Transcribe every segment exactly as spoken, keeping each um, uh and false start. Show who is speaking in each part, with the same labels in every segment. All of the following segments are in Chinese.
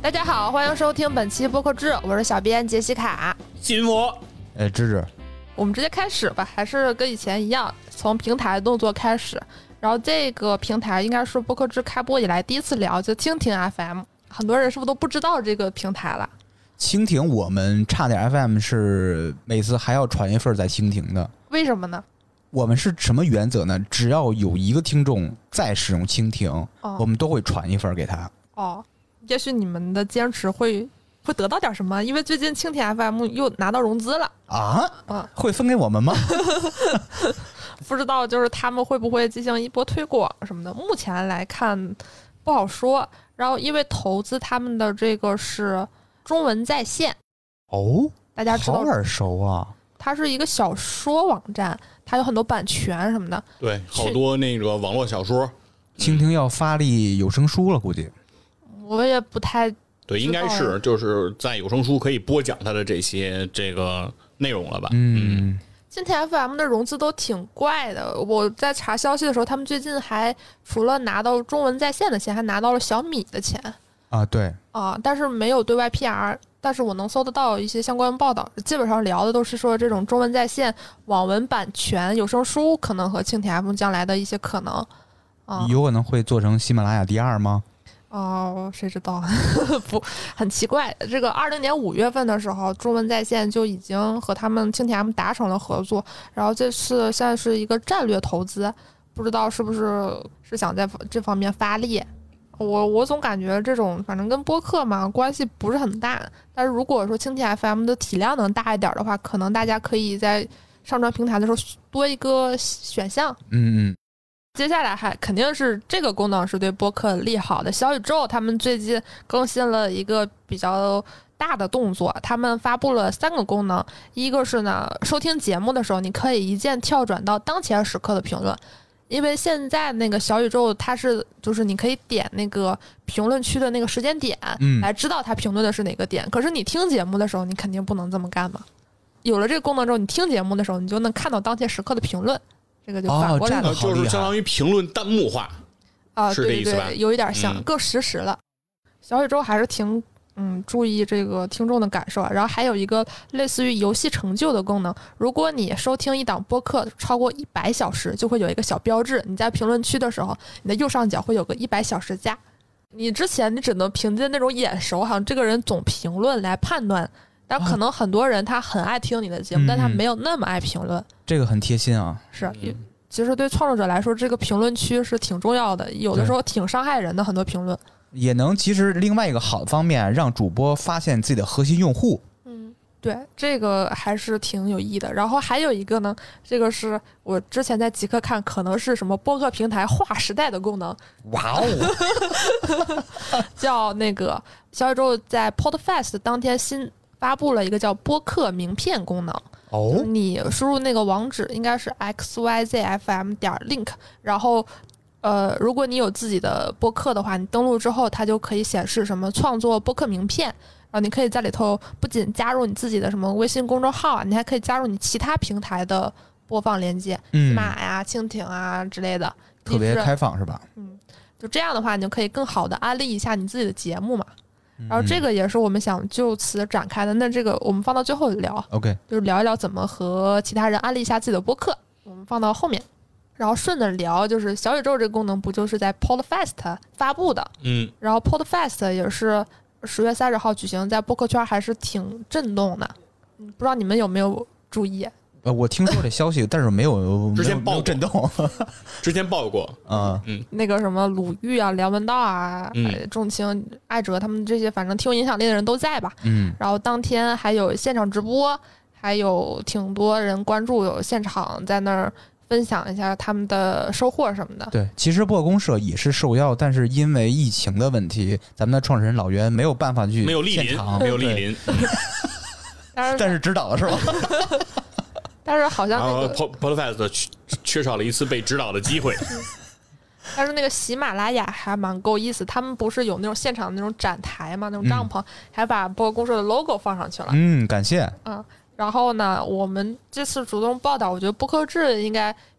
Speaker 1: 大家好，欢迎收听本期播客志，我是小编杰西卡。
Speaker 2: 信我，
Speaker 3: 哎，芝芝，
Speaker 1: 我们直接开始吧，还是跟以前一样，从平台动作开始。然后这个平台应该是播客志开播以来第一次聊，就蜻蜓 F M。很多人是不是都不知道这个平台了？
Speaker 3: 蜻蜓我们差点 F M 是每次还要传一份在蜻蜓的，
Speaker 1: 为什么呢？
Speaker 3: 我们是什么原则呢？只要有一个听众在使用蜻蜓，哦、我们都会传一份给他。
Speaker 1: 哦，也许你们的坚持会会得到点什么，因为最近蜻蜓 F M 又拿到融资了
Speaker 3: 啊！啊，会分给我们吗？
Speaker 1: 不知道，就是他们会不会进行一波推广什么的，目前来看不好说。然后因为投资他们的这个是中文在线
Speaker 3: 哦，
Speaker 1: 大家知道
Speaker 3: 好耳熟啊。
Speaker 1: 它是一个小说网站，它有很多版权什么的。
Speaker 2: 对，好多那个网络小说。
Speaker 3: 蜻蜓要发力有声书了，估计。
Speaker 1: 我也不太
Speaker 2: 对，应该是就是在有声书可以播讲它的这些这个内容了吧？
Speaker 3: 嗯。
Speaker 1: 蜻蜓 F M 的融资都挺怪的，我在查消息的时候，他们最近还除了拿到中文在线的钱，还拿到了小米的钱
Speaker 3: 啊，对
Speaker 1: 啊，但是没有对外 P R。但是我能搜得到一些相关报道，基本上聊的都是说这种中文在线、网文版权、有声书可能和蜻蜓 F M 将来的一些可能啊，
Speaker 3: 有可能会做成喜马拉雅第二吗？
Speaker 1: 哦，谁知道？不，很奇怪。这个二零年五月份的时候，中文在线就已经和他们蜻蜓 F M 达成了合作，然后这次现在是一个战略投资，不知道是不是是想在这方面发力。我我总感觉这种反正跟播客嘛关系不是很大，但是如果说蜻蜓 F M 的体量能大一点的话，可能大家可以在上传平台的时候多一个选项。
Speaker 3: 嗯嗯。
Speaker 1: 接下来还肯定是这个功能是对播客利好的。小宇宙他们最近更新了一个比较大的动作，他们发布了三个功能，一个是呢，收听节目的时候你可以一键跳转到当前时刻的评论。因为现在那个小宇宙它是就是你可以点那个评论区的那个时间点、嗯、来知道它评论的是哪个点，可是你听节目的时候你肯定不能这么干嘛。有了这个功能之后，你听节目的时候你就能看到当前时刻的评论，这个就反过来了、
Speaker 2: 哦、就是相当于评论弹幕化
Speaker 1: 啊，
Speaker 2: 是这意思吧？
Speaker 1: 对对对，有一点像、嗯、更实时了。小宇宙还是挺嗯，注意这个听众的感受啊。然后还有一个类似于游戏成就的功能，如果你收听一档播客超过一百小时，就会有一个小标志，你在评论区的时候，你的右上角会有个一百小时加。你之前你只能凭借那种眼熟，好像这个人总评论来判断，但可能很多人他很爱听你的节目、啊、但他没有那么爱评论、嗯、
Speaker 3: 这个很贴心啊。
Speaker 1: 是、嗯、其实对创作者来说，这个评论区是挺重要的，有的时候挺伤害人的，很多评论
Speaker 3: 也能其实另外一个好的方面，让主播发现自己的核心用户。
Speaker 1: 嗯，对，这个还是挺有意义的。然后还有一个呢，这个是我之前在极客看，可能是什么播客平台划时代的功能。
Speaker 3: 哇哦！
Speaker 1: 叫那个小宇宙在 Podfest 当天新发布了一个叫播客名片功能。
Speaker 3: 哦，
Speaker 1: 你输入那个网址应该是 x y z f m 点 link， 然后。呃，如果你有自己的播客的话，你登录之后它就可以显示什么创作播客名片，然后你可以在里头不仅加入你自己的什么微信公众号啊，你还可以加入你其他平台的播放链接，喜马呀、蜻蜓啊之类的，
Speaker 3: 特别开放是吧？
Speaker 1: 嗯，就这样的话你就可以更好的安利一下你自己的节目嘛。然后这个也是我们想就此展开的，那这个我们放到最后聊
Speaker 3: OK，
Speaker 1: 就是聊一聊怎么和其他人安利一下自己的播客，我们放到后面。然后顺着聊，就是小宇宙这个功能不就是在 Podfest 发布的，
Speaker 2: 嗯，
Speaker 1: 然后 Podfest 也是十月三十号举行，在播客圈还是挺震动的，不知道你们有没有注意？
Speaker 3: 呃，我听说这消息，但是没有
Speaker 2: 之前报
Speaker 3: 震动，
Speaker 2: 之前报过，
Speaker 3: 嗯
Speaker 2: 嗯，
Speaker 1: 那个什么鲁豫啊、梁文道啊、嗯、仲卿、艾哲他们这些，反正挺有影响力的人都在吧，
Speaker 3: 嗯，
Speaker 1: 然后当天还有现场直播，还有挺多人关注，有现场在那儿。分享一下他们的收获什么的。
Speaker 3: 对，其实播公社也是受邀，但是因为疫情的问题，咱们的创始人老袁没有办法去
Speaker 2: 没有莅临，没有莅临，
Speaker 3: 但是但是指导了是吧？
Speaker 1: 但是好像那个
Speaker 2: Podfest 缺少了一次被指导的机会。
Speaker 1: 但是那个喜马拉雅还蛮够意思，他们不是有那种现场那种展台嘛，那种帐篷，嗯、还把播公社的 logo 放上去了。
Speaker 3: 嗯，感谢。
Speaker 1: 嗯。然后呢，我们这次主动报道，我觉得播客志应该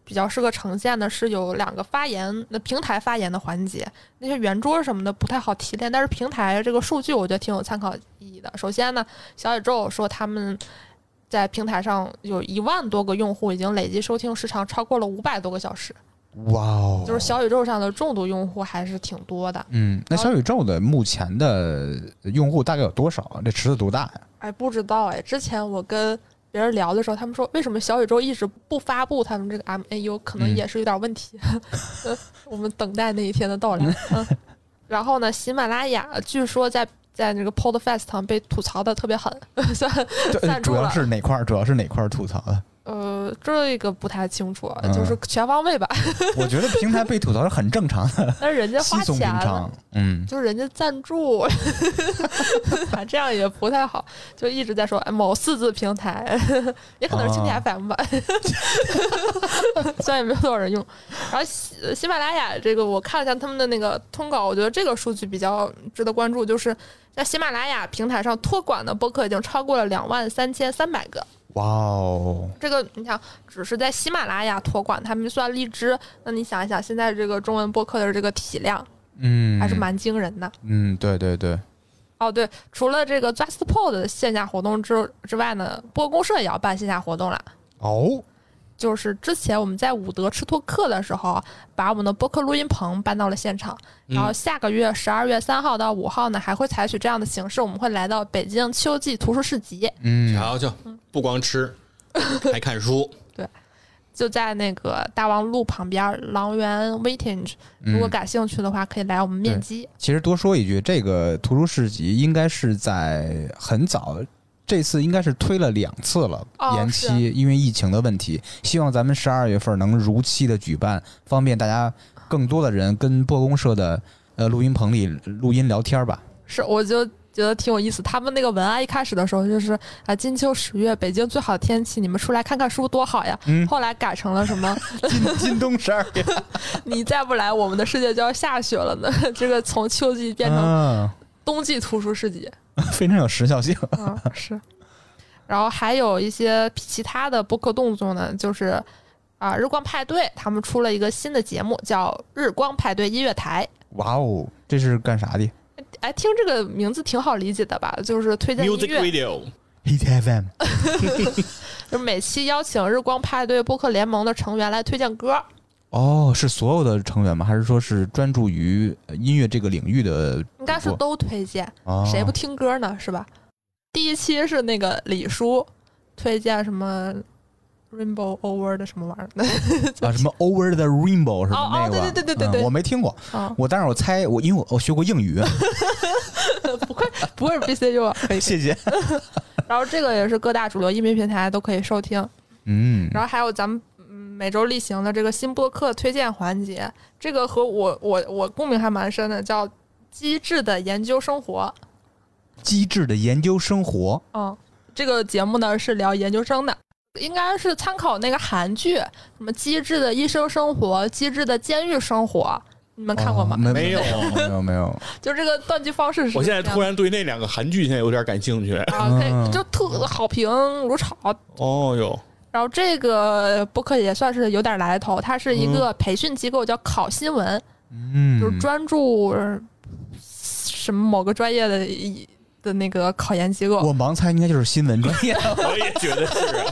Speaker 1: 比较适合呈现的是有两个发言的平台发言的环节，那些圆桌什么的不太好提炼，但是平台这个数据我觉得挺有参考意义的。首先呢，小宇宙说他们在平台上有一万多个用户已经累计收听时长超过了五百多个小时。
Speaker 3: 哇哦，
Speaker 1: 就是小宇宙上的重度用户还是挺多的。
Speaker 3: 嗯，那小宇宙的目前的用户大概有多少啊？这池子多大呀？
Speaker 1: 哎，不知道哎。之前我跟别人聊的时候，他们说为什么小宇宙一直不发布他们这个 M A U， 可能也是有点问题。嗯、我们等待那一天的到来。嗯、然后呢，喜马拉雅据说在在那个 Podfest 上被吐槽的特别狠，算算
Speaker 3: 主要是哪块？主要是哪块吐槽的？
Speaker 1: 呃，这个不太清楚，就是全方位吧。
Speaker 3: 嗯、我觉得平台被吐槽是很正常的，
Speaker 1: 但是人家花钱了，
Speaker 3: 嗯，
Speaker 1: 就是人家赞助，这样也不太好，就一直在说、哎、某四字平台，也可能是蜻蜓 F M 吧，哦、虽然也没有多少人用。然后喜喜马拉雅这个，我看了一下他们的那个通稿，我觉得这个数据比较值得关注，就是在喜马拉雅平台上托管的播客已经超过了两万三千三百个。
Speaker 3: 哇哦！
Speaker 1: 这个你想，只是在喜马拉雅托管，它没算荔枝。那你想一想，现在这个中文播客的这个体量，
Speaker 3: 嗯，
Speaker 1: 还是蛮惊人的。
Speaker 3: 嗯，对对对。
Speaker 1: 哦，对，除了这个 JustPod 的线下活动之之外呢，播公社也要办线下活动了。
Speaker 3: 哦。
Speaker 1: 就是之前我们在武德吃托克的时候，把我们的播客录音棚搬到了现场。然后下个月十二月三号到五号呢，还会采取这样的形式，我们会来到北京秋季图书市集。
Speaker 2: 嗯，瞧瞧，不光吃，还看书。
Speaker 1: 对，就在那个大望路旁边狼园 Vintage， 如果感兴趣的话，可以来我们面基。
Speaker 3: 嗯、其实多说一句，这个图书市集应该是在很早。这次应该是推了两次了，
Speaker 1: 哦、
Speaker 3: 延期，因为疫情的问题。希望咱们十二月份能如期的举办，方便大家更多的人跟播公社的呃录音棚里录音聊天吧。
Speaker 1: 是，我就觉得挺有意思。他们那个文案一开始的时候就是啊，金秋十月，北京最好的天气，你们出来看看书多好呀。嗯、后来改成了什么？
Speaker 3: 今今冬十二月，
Speaker 1: 你再不来，我们的世界就要下雪了呢。这个从秋季变成冬季图书市集。啊
Speaker 3: 非常有时效性。
Speaker 1: 嗯，是。然后还有一些其他的播客动作呢，就是啊，日光派对他们出了一个新的节目，叫日光派对音乐台。
Speaker 3: 哇哦，这是干啥的？
Speaker 1: 哎，听这个名字挺好理解的吧？就是推荐音乐
Speaker 2: Music Radio
Speaker 3: Hit F M，
Speaker 1: 就是每期邀请日光派对播客联盟的成员来推荐歌。
Speaker 3: 哦，是所有的成员吗？还是说是专注于音乐这个领域的？
Speaker 1: 应该是都推荐，
Speaker 3: 哦、
Speaker 1: 谁不听歌呢？是吧？第一期是那个李叔推荐什么 Rainbow Over 的什么玩意儿
Speaker 3: 啊？什么 Over the Rainbow 是吧？
Speaker 1: 哦、
Speaker 3: 那个、
Speaker 1: 哦、对对对对对对、
Speaker 3: 嗯，我没听过。
Speaker 1: 哦、
Speaker 3: 我但是我猜我因为我我学过英语，
Speaker 1: 不会不会是 B C U 啊？可以，
Speaker 3: 谢谢。
Speaker 1: 然后这个也是各大主流音频平台都可以收听。
Speaker 3: 嗯，
Speaker 1: 然后还有咱们。每周例行的这个新播客推荐环节，这个和我我我共鸣还蛮深的，叫机智的研究生活。
Speaker 3: 机智的研究生活，
Speaker 1: 嗯，这个节目呢是聊研究生的，应该是参考那个韩剧，什么机智的医生生活、机智的监狱生活，你们看过吗？
Speaker 3: 哦、
Speaker 2: 没有，
Speaker 3: 没有，没有。
Speaker 1: 就这个断句方式是。
Speaker 2: 我现在突然对那两个韩剧现在有点感兴趣
Speaker 1: 啊，可以就特好评如潮。
Speaker 2: 哦哟。
Speaker 1: 然后这个播客也算是有点来头，它是一个培训机构，叫考新闻，
Speaker 3: 嗯，
Speaker 1: 就是专注什么某个专业的的那个考研机构。
Speaker 3: 我盲猜应该就是新闻专业，
Speaker 2: 我也觉得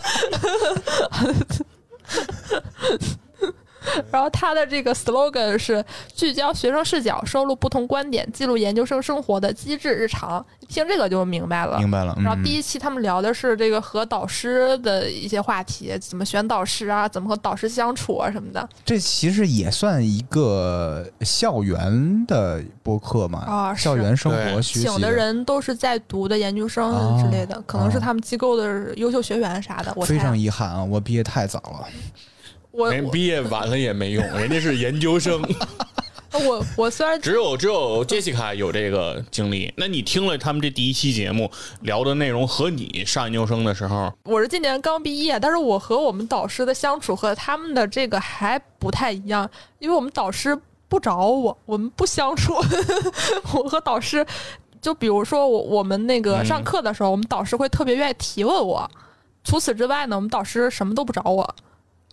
Speaker 2: 是。
Speaker 1: 然后他的这个 slogan 是聚焦学生视角，收录不同观点，记录研究生生活的机智日常。听这个就明白了，
Speaker 3: 明白了。嗯、
Speaker 1: 然后第一期他们聊的是这个和导师的一些话题，怎么选导师啊，怎么和导师相处啊什么的。
Speaker 3: 这其实也算一个校园的播客嘛，
Speaker 1: 啊，
Speaker 3: 校园生活学习的，
Speaker 1: 请的人都是在读的研究生之类的，哦、可能是他们机构的优秀学员啥的。我
Speaker 3: 非常遗憾啊，我毕业太早了。
Speaker 1: 我
Speaker 2: 人毕业晚了也没用，人家是研究生。
Speaker 1: 我我虽然
Speaker 2: 只有只有 Jessica 有这个经历，那你听了他们这第一期节目聊的内容和你上研究生的时候，
Speaker 1: 我是今年刚毕业，但是我和我们导师的相处和他们的这个还不太一样，因为我们导师不找我，我们不相处。我和导师，就比如说我我们那个上课的时候，嗯、我们导师会特别愿意提问我，除此之外呢，我们导师什么都不找我。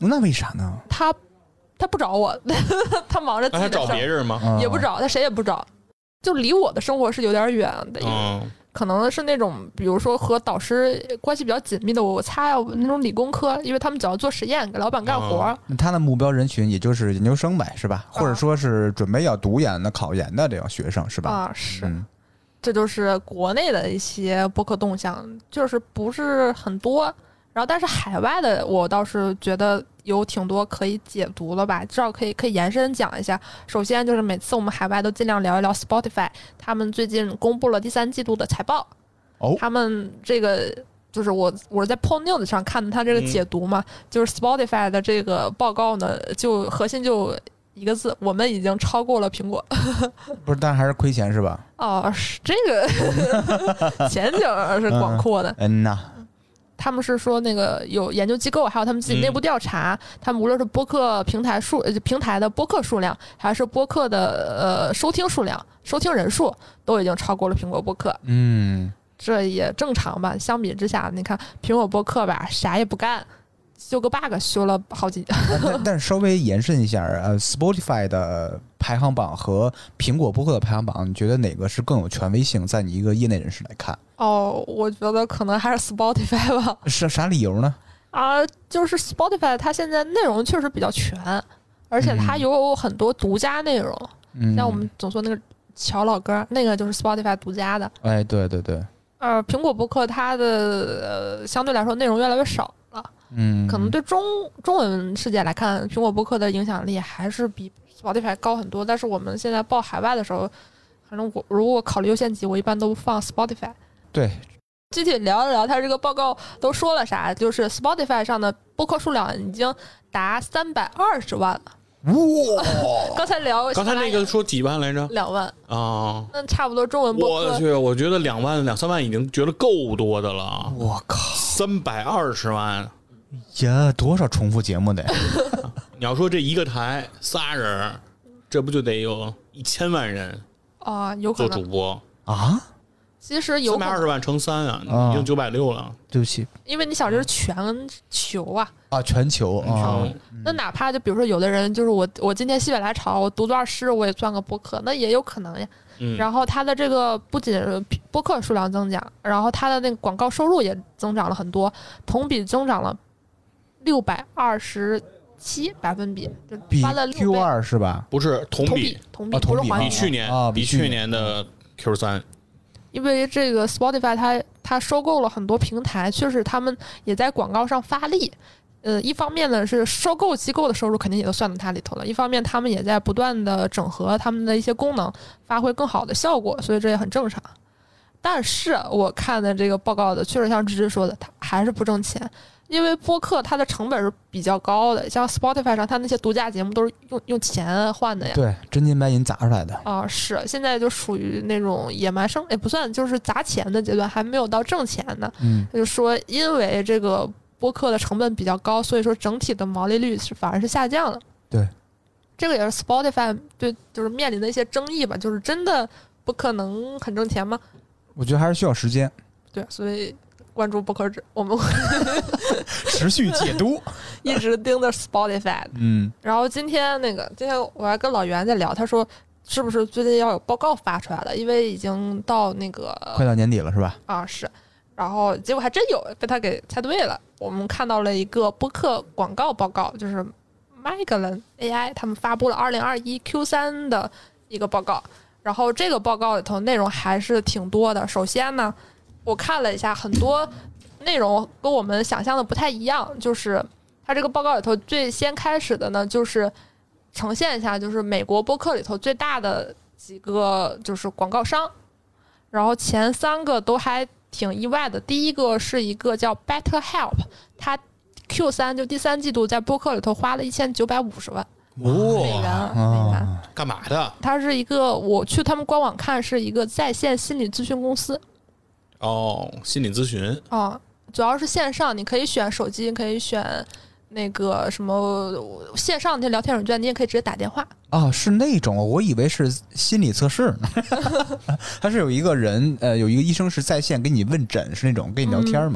Speaker 3: 那为啥呢？
Speaker 1: 他他不找我，他忙着自己的事儿。
Speaker 2: 那他找别人吗？
Speaker 3: 嗯
Speaker 1: 也不找，他谁也不找，就离我的生活是有点远的。
Speaker 2: 嗯，
Speaker 1: 可能是那种，比如说和导师关系比较紧密的，我猜啊，那种理工科，因为他们只要做实验，给老板干活。
Speaker 3: 那他的目标人群也就是研究生呗，是吧？或者说是准备要读研的、考研的这种学生，是吧？
Speaker 1: 啊，是。
Speaker 3: 嗯
Speaker 1: 这就是国内的一些播客动向，就是不是很多。然后，但是海外的，我倒是觉得有挺多可以解读了吧，至少可以可以延伸讲一下。首先就是每次我们海外都尽量聊一聊 Spotify， 他们最近公布了第三季度的财报。
Speaker 3: 哦，
Speaker 1: 他们这个就是我我是在 Pod News 上看的他这个解读嘛，嗯、就是 Spotify 的这个报告呢，就核心就一个字，我们已经超过了苹果。
Speaker 3: 不是，但还是亏钱是吧？
Speaker 1: 哦，是这个前景是广阔的。
Speaker 3: 嗯呐，
Speaker 1: 他们是说那个有研究机构，还有他们自己内部调查，嗯、他们无论是播客平台数平台的播客数量，还是播客的呃收听数量、收听人数，都已经超过了苹果播客。
Speaker 3: 嗯，
Speaker 1: 这也正常吧？相比之下，你看苹果播客吧，啥也不干。修个 bug 修了好几
Speaker 3: 但但是稍微延伸一下，呃 ，Spotify 的排行榜和苹果播客的排行榜，你觉得哪个是更有权威性？在你一个业内人士来看，
Speaker 1: 哦，我觉得可能还是 Spotify 吧。
Speaker 3: 是啥理由呢？
Speaker 1: 啊，就是 Spotify 它现在内容确实比较全，而且它有很多独家内容，
Speaker 3: 嗯，
Speaker 1: 像我们总说那个乔老歌，那个就是 Spotify 独家的。
Speaker 3: 哎，对对对。
Speaker 1: 呃，苹果播客它的呃相对来说内容越来越少了。
Speaker 3: 嗯，
Speaker 1: 可能对中中文世界来看，苹果播客的影响力还是比 Spotify 高很多。但是我们现在报海外的时候，反正我如果考虑优先级，我一般都放 Spotify。
Speaker 3: 对，
Speaker 1: 具体聊一聊它这个报告都说了啥，就是 Spotify 上的播客数量已经达三百二十万了。
Speaker 3: 哇！
Speaker 1: 刚才聊，
Speaker 2: 刚才那个说几万来着？
Speaker 1: 两万
Speaker 2: 啊，
Speaker 1: 那差不多中文播客。
Speaker 2: 我去，我觉得两万两三万已经觉得够多的了。
Speaker 3: 我靠，
Speaker 2: 三百二十万！
Speaker 3: 呀，多少重复节目的？
Speaker 2: 你要说这一个台仨人，这不就得有一千万人
Speaker 1: 啊？有可能
Speaker 2: 做主播
Speaker 3: 啊？
Speaker 1: 其实有
Speaker 2: 三百二十万乘三啊，
Speaker 3: 啊
Speaker 2: 已经九百六了。
Speaker 3: 对不起，
Speaker 1: 因为你想这是全球啊
Speaker 3: 啊，全球啊。
Speaker 1: 那哪怕就比如说有的人就是我，我今天心血来潮，我读段诗，我也算个播客，那也有可能呀。
Speaker 2: 嗯、
Speaker 1: 然后它的这个不仅播客数量增长，然后它的那个广告收入也增长了很多，同比增长了六百二十七百分比，就翻了六倍。
Speaker 3: Q 二是吧？
Speaker 2: 不是同比，
Speaker 1: 同比，
Speaker 3: 啊、
Speaker 1: 不是环比，
Speaker 2: 比去年
Speaker 3: 啊，
Speaker 2: 比去年的 Q 三。
Speaker 1: 因为这个 Spotify 它它收购了很多平台，确实他们也在广告上发力。呃，一方面呢是收购机构的收入肯定也都算到它里头了，一方面他们也在不断的整合他们的一些功能，发挥更好的效果，所以这也很正常。但是我看的这个报告的确实像芝芝说的，它还是不挣钱。因为播客它的成本是比较高的，像 Spotify 上它那些独家节目都是用用钱换的呀。
Speaker 3: 对，真金白银砸出来的。
Speaker 1: 啊、呃，是现在就属于那种野蛮生，也不算，就是砸钱的阶段，还没有到挣钱呢。
Speaker 3: 嗯，
Speaker 1: 就是说，因为这个播客的成本比较高，所以说整体的毛利率是反而是下降了。
Speaker 3: 对，
Speaker 1: 这个也是 Spotify 对就是面临的一些争议吧，就是真的不可能很挣钱吗？
Speaker 3: 我觉得还是需要时间。
Speaker 1: 对，所以。关注播客制，我们会
Speaker 3: 持续解读，
Speaker 1: 一直盯着 Spotify。
Speaker 3: 嗯，
Speaker 1: 然后今天那个，今天我还跟老袁在聊，他说是不是最近要有报告发出来了？因为已经到那个
Speaker 3: 快到年底了，是吧？
Speaker 1: 啊，是。然后结果还真有，被他给猜对了。我们看到了一个播客广告报告，就是 Magellan A I 他们发布了二零二一 Q 三的一个报告。然后这个报告里头内容还是挺多的。首先呢，我看了一下，很多内容跟我们想象的不太一样。就是它这个报告里头最先开始的呢，就是呈现一下，就是美国播客里头最大的几个就是广告商，然后前三个都还挺意外的。第一个是一个叫 BetterHelp， 它 Q 三就第三季度在播客里头花了一千九百五十万美元，美元
Speaker 2: 干嘛的？
Speaker 1: 它是一个，我去他们官网看，是一个在线心理咨询公司。
Speaker 2: 哦，心理咨询
Speaker 1: 哦，主要是线上，你可以选手机，可以选那个什么线上那些聊天软件，你也可以直接打电话。
Speaker 3: 哦，是那种，我以为是心理测试呢。他是有一个人，呃，有一个医生是在线给你问诊，是那种跟你聊天嘛？
Speaker 1: 嗯、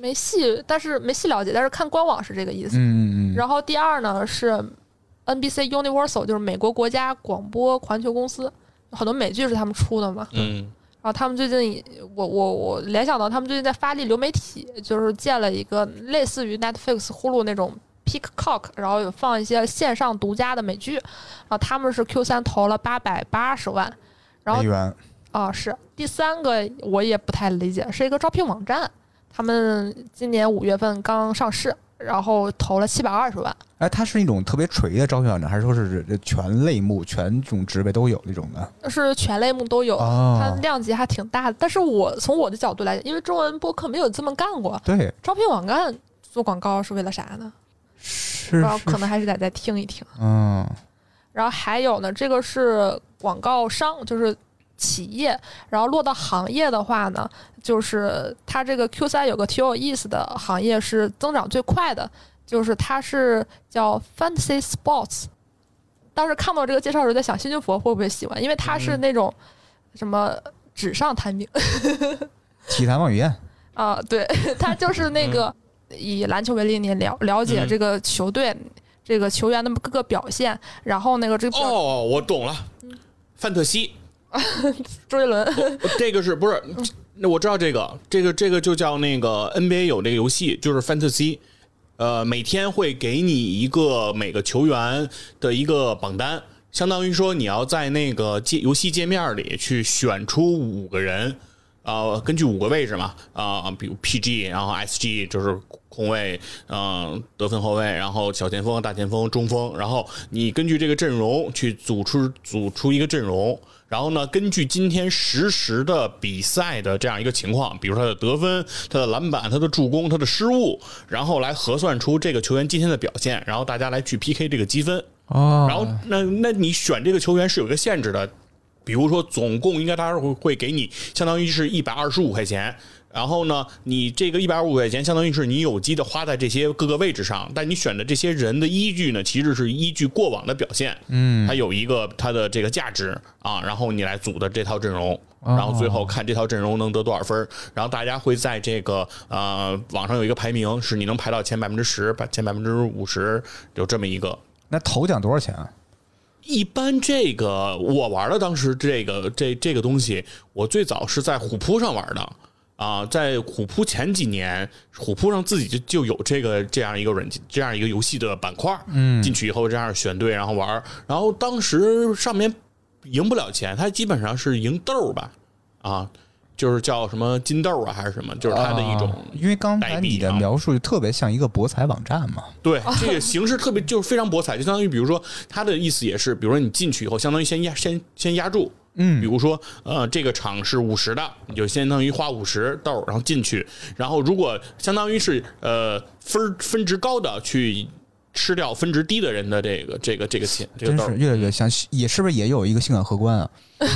Speaker 1: 没细，但是没细了解，但是看官网是这个意思。
Speaker 3: 嗯嗯嗯。
Speaker 1: 然后第二呢是 N B C Universal， 就是美国国家广播环球公司，很多美剧是他们出的嘛。
Speaker 2: 嗯。
Speaker 1: 然后他们最近，我我我联想到他们最近在发力流媒体，就是建了一个类似于 Netflix、Hulu 那种 Peacock， 然后有放一些线上独家的美剧。然后他们是 Q 三投了八百八十万，然后
Speaker 3: 美元
Speaker 1: 啊是第三个我也不太理解，是一个招聘网站。他们今年五月份刚上市，然后投了七百二十万。
Speaker 3: 哎，它是一种特别垂的招聘网站，还是说是全类目、全种职位都有那种的？
Speaker 1: 是全类目都有，
Speaker 3: 哦、
Speaker 1: 它量级还挺大的。但是我从我的角度来讲，因为中文播客没有这么干过，
Speaker 3: 对，
Speaker 1: 招聘网站做广告是为了啥呢？
Speaker 3: 是，
Speaker 1: 然后可能还是得再听一听。
Speaker 3: 嗯。
Speaker 1: 然后还有呢，这个是广告商，就是企业，然后落到行业的话呢，就是它这个 Q 三有个挺有意思的行业是增长最快的，就是它是叫 Fantasy Sports。当时看到这个介绍的时候在想，新军佛会不会喜欢，因为它是那种什么纸上谈兵，
Speaker 3: 体坛王语嫣
Speaker 1: 啊，对，它就是那个以篮球为例，你了了解这个球队、嗯、这个球员的各个表现，然后那个这个
Speaker 2: 哦，我懂了，范特西。
Speaker 1: 周杰伦，
Speaker 2: 这个是不是？那我知道这个，这个这个就叫那个 N B A 有这个游戏，就是 Fantasy， 呃，每天会给你一个每个球员的一个榜单，相当于说你要在那个界游戏界面里去选出五个人，呃，根据五个位置嘛，啊、呃，比如 P G， 然后 S G 就是控卫，嗯、呃，得分后卫，然后小前锋、大前锋、中锋，然后你根据这个阵容去组出组出一个阵容。然后呢，根据今天实时的比赛的这样一个情况，比如他的得分、他的篮板、他的助攻、他的失误，然后来核算出这个球员今天的表现，然后大家来去 P K 这个积分。
Speaker 3: 哦，
Speaker 2: 然后那那你选这个球员是有一个限制的，比如说总共应该大家会会给你相当于是一百二十五块钱。然后呢，你这个一百二十五块钱，相当于是你有机的花在这些各个位置上，但你选的这些人的依据呢，其实是依据过往的表现，嗯，它有一个它的这个价值啊，然后你来组的这套阵容，然后最后看这套阵容能得多少分，然后大家会在这个呃网上有一个排名，是你能排到前百分之十，前百分之五十，有这么一个。
Speaker 3: 那头奖多少钱啊？
Speaker 2: 一般这个我玩的当时这个这这个东西，我最早是在虎扑上玩的。啊、呃，在虎扑前几年，虎扑上自己就就有这个这样一个软件，这样一个游戏的板块，嗯，进去以后这样选队，然后玩，然后当时上面赢不了钱，它基本上是赢豆吧，啊，就是叫什么金豆啊还是什么，就是它的一种、啊，
Speaker 3: 因为刚才你的描述就特别像一个博彩网站嘛，
Speaker 2: 对，这个形式特别就是非常博彩，就相当于比如说它的意思也是，比如说你进去以后，相当于先压先先压住。嗯，比如说，呃，这个场是五十的，你就相当于花五十豆，然后进去，然后如果相当于是呃分分值高的去吃掉分值低的人的这个这个这个钱，这个豆
Speaker 3: 真是越来越像，也是不是也有一个性感荷官啊？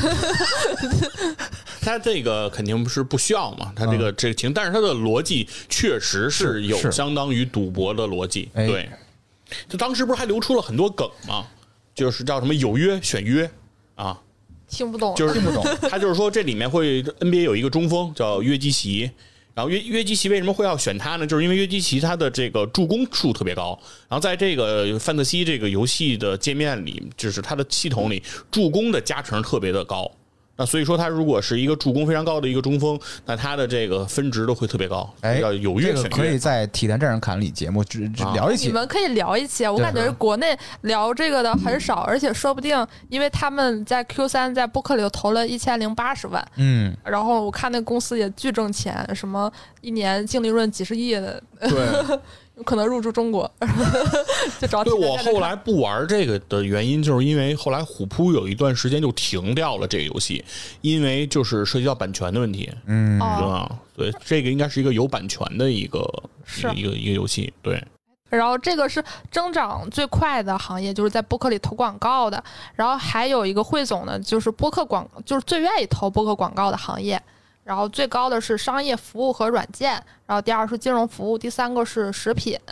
Speaker 2: 他这个肯定是不需要嘛，他这个、嗯、这个情，但是他的逻辑确实是有相当于赌博的逻辑，对。就当时不是还流出了很多梗吗？就是叫什么有约选约啊。
Speaker 1: 听不懂，
Speaker 2: 就是听不懂。他就是说，这里面会 N B A 有一个中锋叫约基奇，然后约约基奇为什么会要选他呢？就是因为约基奇他的这个助攻数特别高，然后在这个范特西这个游戏的界面里，就是它的系统里，助攻的加成特别的高。那所以说，他如果是一个助攻非常高的一个中锋，那他的这个分值都会特别高。
Speaker 3: 哎，
Speaker 2: 要有约选约，
Speaker 3: 这个可以在体坛战士侃里节目只只聊一期、
Speaker 1: 啊。你们可以聊一期，我感觉国内聊这个的很少，而且说不定，因为他们在 Q 三在播客里投了一千零八十万，
Speaker 3: 嗯，
Speaker 1: 然后我看那公司也巨挣钱，什么一年净利润几十亿的，
Speaker 2: 对。
Speaker 1: 有可能入驻中国，就找
Speaker 2: 对我后来不玩这个的原因，就是因为后来虎扑有一段时间就停掉了这个游戏，因为就是涉及到版权的问题，嗯，对吧？对，这个应该是一个有版权的一个一个一个游戏，对。
Speaker 1: 然后这个是增长最快的行业，就是在播客里投广告的。然后还有一个汇总呢，就是播客广，就是最愿意投播客广告的行业。然后最高的是商业服务和软件，然后第二是金融服务，第三个是食品。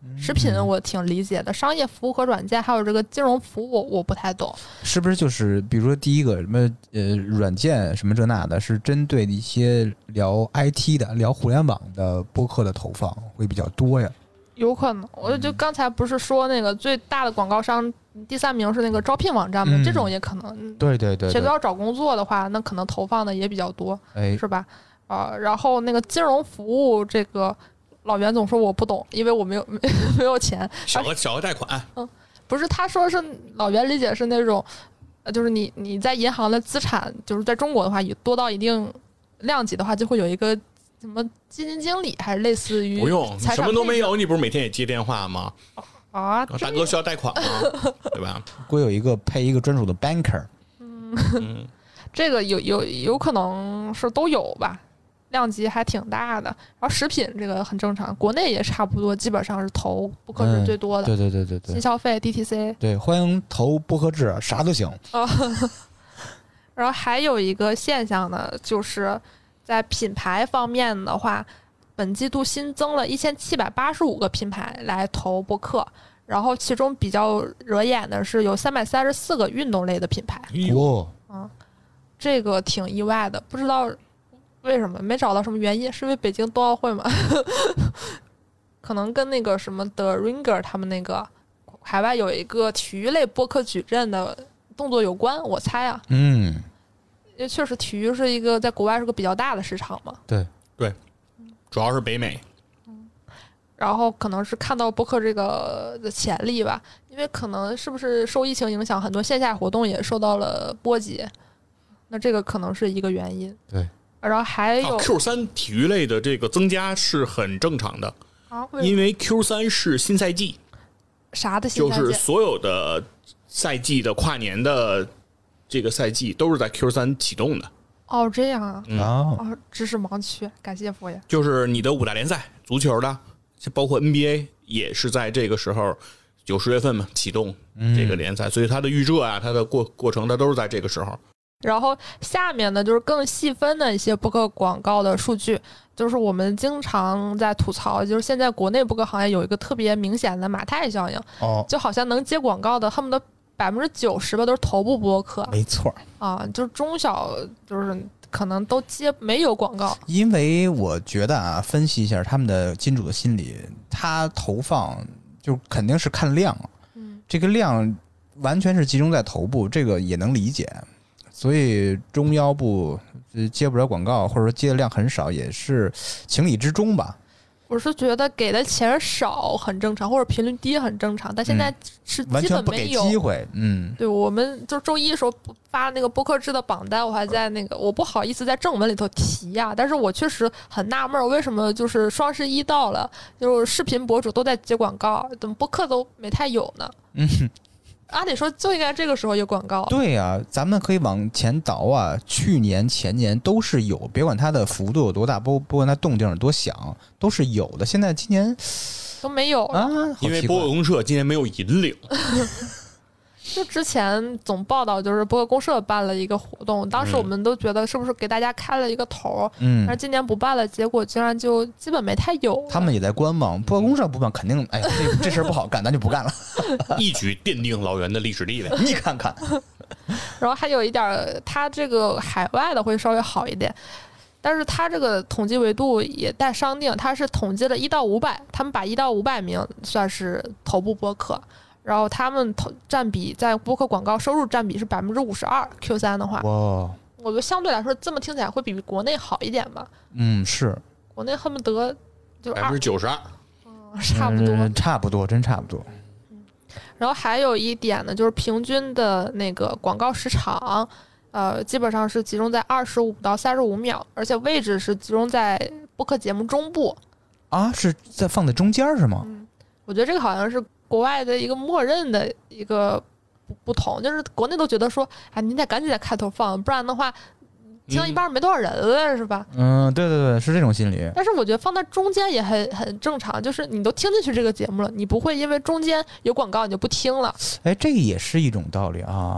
Speaker 1: 食品我挺理解的，商业服务和软件还有这个金融服务我不太懂。
Speaker 3: 是不是就是比如说第一个什么呃软件什么这那的，是针对一些聊 I T 的、聊互联网的播客的投放会比较多呀？
Speaker 1: 有可能，我就刚才不是说那个最大的广告商第三名是那个招聘网站吗？
Speaker 3: 嗯、
Speaker 1: 这种也可能。
Speaker 3: 对对 对, 对，
Speaker 1: 谁都要找工作的话，那可能投放的也比较多，
Speaker 3: 哎，
Speaker 1: 是吧？呃，然后那个金融服务这个，老袁总说我不懂，因为我没有没没有钱。
Speaker 2: 小额小额贷款，
Speaker 1: 嗯，不是，他说是老袁理解是那种，呃，就是你你在银行的资产，就是在中国的话，多到一定量级的话，就会有一个。什么基金经理还是类似于
Speaker 2: 不用，什么都没有，你不是每天也接电话吗？
Speaker 1: 啊，
Speaker 2: 大哥需要贷款吗？对吧？
Speaker 3: 会有一个配一个专属的 banker。
Speaker 1: 嗯，嗯这个有有有可能是都有吧，量级还挺大的。然后食品这个很正常，国内也差不多，基本上是投播客制最多的。
Speaker 3: 嗯、对对对对对，
Speaker 1: 新消费 D T C。
Speaker 3: 对，欢迎投播客制，啥都行。
Speaker 1: 哦、然后还有一个现象呢，就是在品牌方面的话，本季度新增了一千七百八十五个品牌来投播客，然后其中比较惹眼的是有三百三十四个运动类的品牌。
Speaker 3: 哇，
Speaker 1: 嗯，这个挺意外的，不知道为什么，没找到什么原因，是因为北京冬奥会吗？可能跟那个什么 The Ringer 他们那个海外有一个体育类播客矩阵的动作有关，我猜啊。
Speaker 3: 嗯。
Speaker 1: 因为确实体育是一个在国外是个比较大的市场嘛，
Speaker 3: 对
Speaker 2: 对，主要是北美，
Speaker 1: 嗯，然后可能是看到播客这个的潜力吧，因为可能是不是受疫情影响，很多线下活动也受到了波及，那这个可能是一个原因。
Speaker 3: 对，
Speaker 1: 然后还有、
Speaker 2: 啊、Q 三 体育类的这个增加是很正常的
Speaker 1: 啊，
Speaker 2: 因为 Q 三 是新赛季，
Speaker 1: 啥的新赛季，
Speaker 2: 就是所有的赛季的跨年的。这个赛季都是在 Q 三 启动的
Speaker 1: 哦，这样啊，
Speaker 2: 嗯、
Speaker 1: 哦，知识盲区，感谢佛爷。
Speaker 2: 就是你的五大联赛，足球的，包括 N B A 也是在这个时候九十月份嘛启动这个联赛，嗯、所以它的预热啊，它的过过程，它都是在这个时候。
Speaker 1: 然后下面呢，就是更细分的一些播客广告的数据，就是我们经常在吐槽，就是现在国内播客行业有一个特别明显的马太效应，
Speaker 3: 哦，
Speaker 1: 就好像能接广告的，恨不得百分之九十吧都是头部播客，
Speaker 3: 没错
Speaker 1: 啊，就是中小就是可能都接没有广告。
Speaker 3: 因为我觉得啊，分析一下他们的金主的心理，他投放就肯定是看量，嗯，这个量完全是集中在头部，这个也能理解。所以中腰部接不了广告，或者说接的量很少，也是情理之中吧。
Speaker 1: 我是觉得给的钱少很正常，或者频率低很正常，但现在是基本没有、
Speaker 3: 嗯、完全不给机会。嗯，
Speaker 1: 对，我们就周一的时候发那个播客制的榜单，我还在那个我不好意思在正文里头提呀、啊，但是我确实很纳闷，为什么就是双十一到了，就是视频博主都在接广告，怎么播客都没太有呢？
Speaker 3: 嗯。
Speaker 1: 按理说就应该这个时候有广告。
Speaker 3: 对呀、啊，咱们可以往前倒啊，去年前年都是有，别管它的幅度有多大，不不管它动静有多响，都是有的。现在今年
Speaker 1: 都没有
Speaker 3: 啊，
Speaker 2: 因为播客公社今年没有引领。
Speaker 1: 就之前总报道就是播客公社办了一个活动，当时我们都觉得是不是给大家开了一个头，嗯，但是今年不办了，结果竟然就基本没太有。
Speaker 3: 他们也在观望，播客公社不办，肯定哎呀，这这事儿不好干，咱就不干了。
Speaker 2: 一举奠定老袁的历史地位，
Speaker 3: 你看看。
Speaker 1: 然后还有一点，他这个海外的会稍微好一点，但是他这个统计维度也带商定，他是统计了一到五百，他们把一到五百名算是头部播客。然后他们占比在播客广告收入占比是百分之五十二 ，Q 三 的话，
Speaker 3: 哇，
Speaker 1: 我觉得相对来说这么听起来会比国内好一点吧。
Speaker 3: 嗯，是，
Speaker 1: 国内恨不得就
Speaker 2: 百分之九十二，
Speaker 1: 嗯，差不多、
Speaker 3: 嗯，差不多，真差不多。
Speaker 1: 嗯，然后还有一点呢，就是平均的那个广告时长，呃，基本上是集中在二十五到三十五秒，而且位置是集中在播客节目中部。
Speaker 3: 啊，是在放在中间是吗？
Speaker 1: 嗯，我觉得这个好像是国外的一个默认的一个不不同，就是国内都觉得说，哎，你得赶紧在开头放，不然的话，听到一半没多少人了，嗯、是吧？
Speaker 3: 嗯，对对对，是这种心理。
Speaker 1: 但是我觉得放在中间也很很正常，就是你都听进去这个节目了，你不会因为中间有广告你就不听了。
Speaker 3: 哎，这个也是一种道理啊。